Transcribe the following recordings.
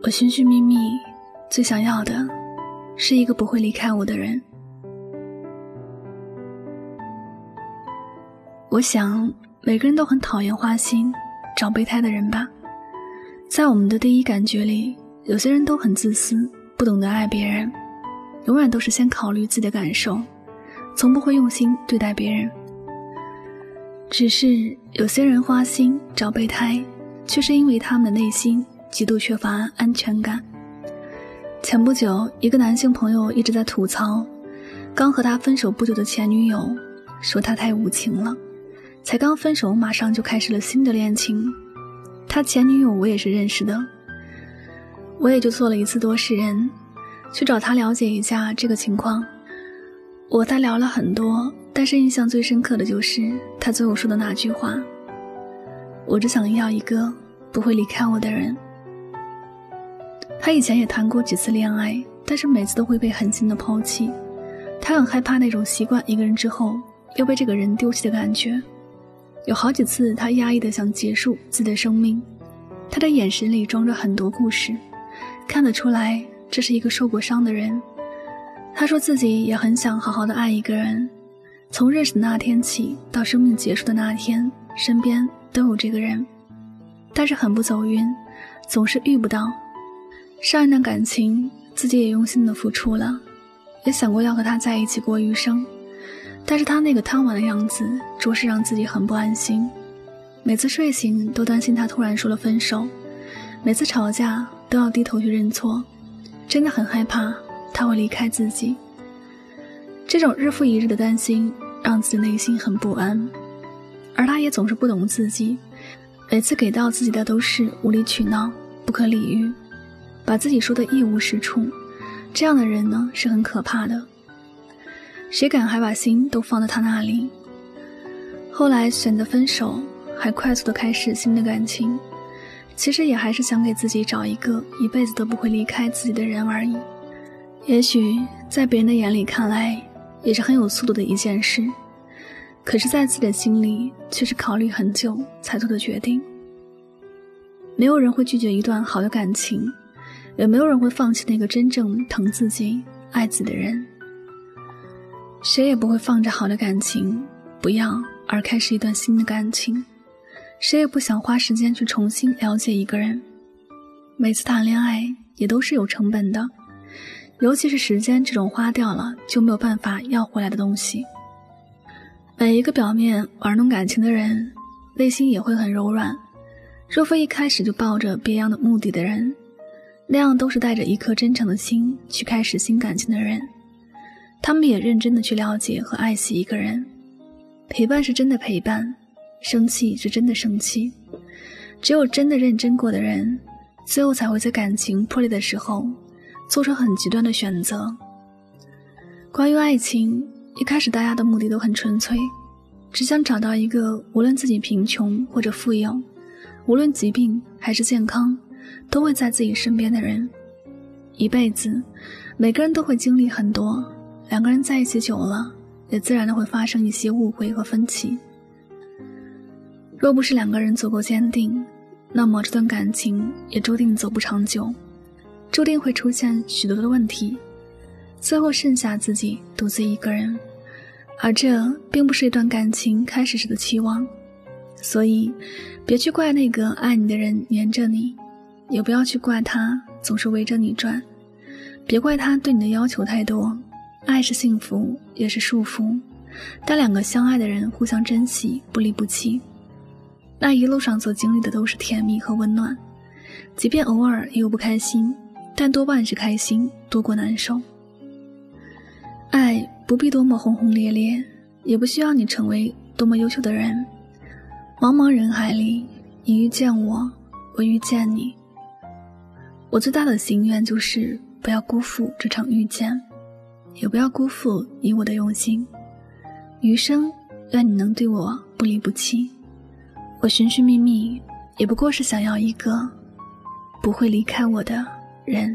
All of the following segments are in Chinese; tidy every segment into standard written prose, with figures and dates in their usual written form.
我寻寻觅觅，最想要的是一个不会离开我的人。我想每个人都很讨厌花心找备胎的人吧。在我们的第一感觉里，有些人都很自私，不懂得爱别人，永远都是先考虑自己的感受，从不会用心对待别人。只是有些人花心找备胎，却是因为他们的内心极度缺乏安全感。前不久，一个男性朋友一直在吐槽刚和他分手不久的前女友，说他太无情了，才刚分手马上就开始了新的恋情。他前女友我也是认识的，我也就做了一次多事人，去找他了解一下这个情况。我和他聊了很多，但是印象最深刻的就是他最后说的那句话：我只想要一个不会离开我的人。他以前也谈过几次恋爱，但是每次都会被狠心的抛弃。他很害怕那种习惯一个人之后又被这个人丢弃的感觉。有好几次他压抑的想结束自己的生命，他的眼神里装着很多故事，看得出来这是一个受过伤的人。他说自己也很想好好的爱一个人，从认识的那天起到生命结束的那天，身边都有这个人，但是很不走运，总是遇不到。上一段感情自己也用心的付出了，也想过要和他在一起过余生，但是他那个贪玩的样子着实让自己很不安心。每次睡醒都担心他突然说了分手，每次吵架都要低头去认错，真的很害怕他会离开自己。这种日复一日的担心让自己内心很不安，而他也总是不懂自己，每次给到自己的都是无理取闹，不可理喻，把自己说的一无是处。这样的人呢，是很可怕的，谁敢还把心都放在他那里。后来选择分手，还快速的开始新的感情，其实也还是想给自己找一个一辈子都不会离开自己的人而已。也许在别人的眼里看来也是很有速度的一件事，可是在自己的心里却是考虑很久才做的决定。没有人会拒绝一段好的感情，也没有人会放弃那个真正疼自己爱自己的人。谁也不会放着好的感情不要而开始一段新的感情，谁也不想花时间去重新了解一个人。每次谈恋爱也都是有成本的，尤其是时间这种花掉了就没有办法要回来的东西。每一个表面玩弄感情的人，内心也会很柔软。若非一开始就抱着别样的目的的人，那样都是带着一颗真诚的心去开始新感情的人，他们也认真的去了解和爱惜一个人。陪伴是真的陪伴，生气是真的生气。只有真的认真过的人，最后才会在感情破裂的时候做出很极端的选择。关于爱情，一开始大家的目的都很纯粹，只想找到一个无论自己贫穷或者富有，无论疾病还是健康，都会在自己身边的人。一辈子每个人都会经历很多，两个人在一起久了，也自然的会发生一些误会和分歧。若不是两个人足够坚定，那么这段感情也注定走不长久，注定会出现许多的问题，最后剩下自己独自一个人。而这并不是一段感情开始时的期望，所以别去怪那个爱你的人黏着你，也不要去怪他总是围着你转，别怪他对你的要求太多。爱是幸福也是束缚，但两个相爱的人互相珍惜，不离不弃，那一路上所经历的都是甜蜜和温暖，即便偶尔也有不开心，但多半是开心多过难受。爱不必多么轰轰烈烈，也不需要你成为多么优秀的人。茫茫人海里，你遇见我，我遇见你。我最大的心愿就是不要辜负这场遇见，也不要辜负你我的用心。余生愿你能对我不离不弃。我寻寻觅觅，也不过是想要一个不会离开我的人。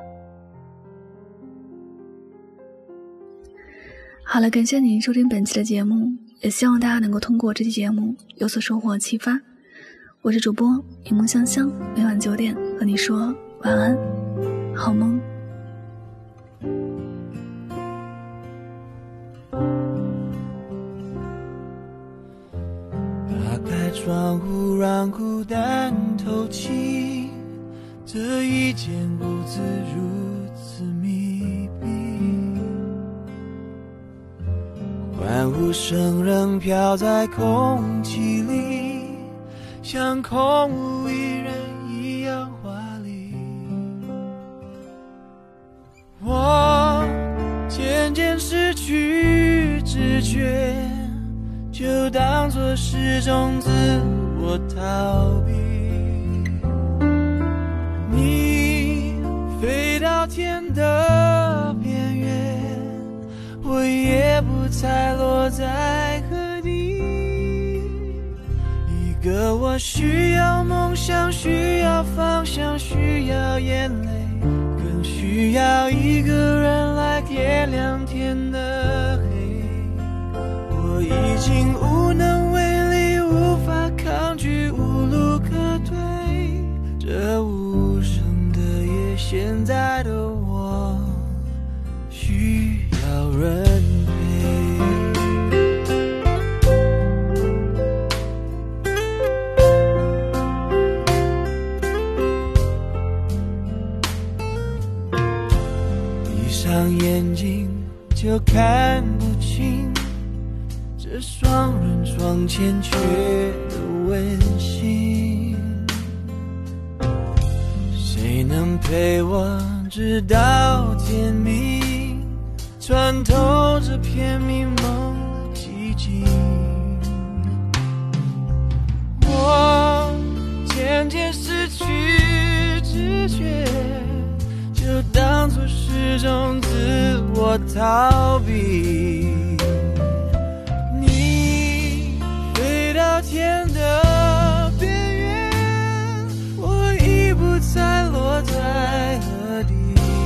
好了，感谢您收听本期的节目，也希望大家能够通过这期节目有所收获启发。我是主播与梦香香，每晚9点和你说晚安，好梦。 打开窗户让孤单透气，这一间屋子如此密闭，欢呼声仍飘在空气里，像空无一人一样华丽。我渐渐失去知觉，就当作是种自我逃避。你飞到天的边缘，我也不猜落在何地。一个我需要梦想，需要方向，需要眼泪，更需要一个人来点亮天的黑。我已经无能为力，无法抗拒，无路可退，这无声的夜，现在的我需要人陪。闭上眼睛就看不清这双人床欠缺的温馨，谁能陪我直到天明，穿透这片迷蒙的寂静。我渐渐失去知觉，就当作是种自我逃避。天的边缘，我已不再落在何地。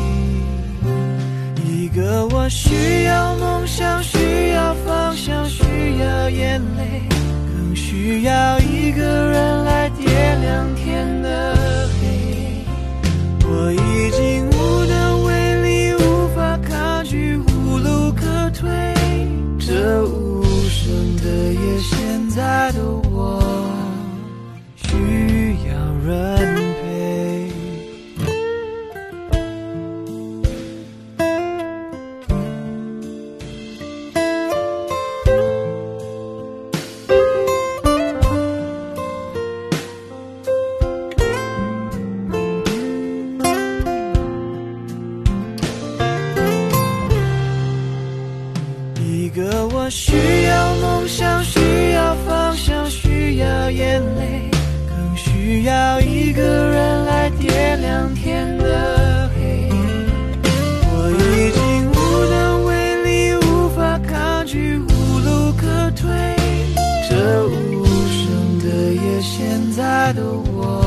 一个我需要梦想，需要方向，需要眼泪，更需要一个人来点亮天的黑。我已经无能为力，无法抗拒，无路可退，这无声的夜，现在的我需要人陪。一个我需要梦想，需要方向，需要眼泪，更需要一个人来点亮天的黑。我已经无能为力，无法抗拒，无路可退，这无声的夜，现在的我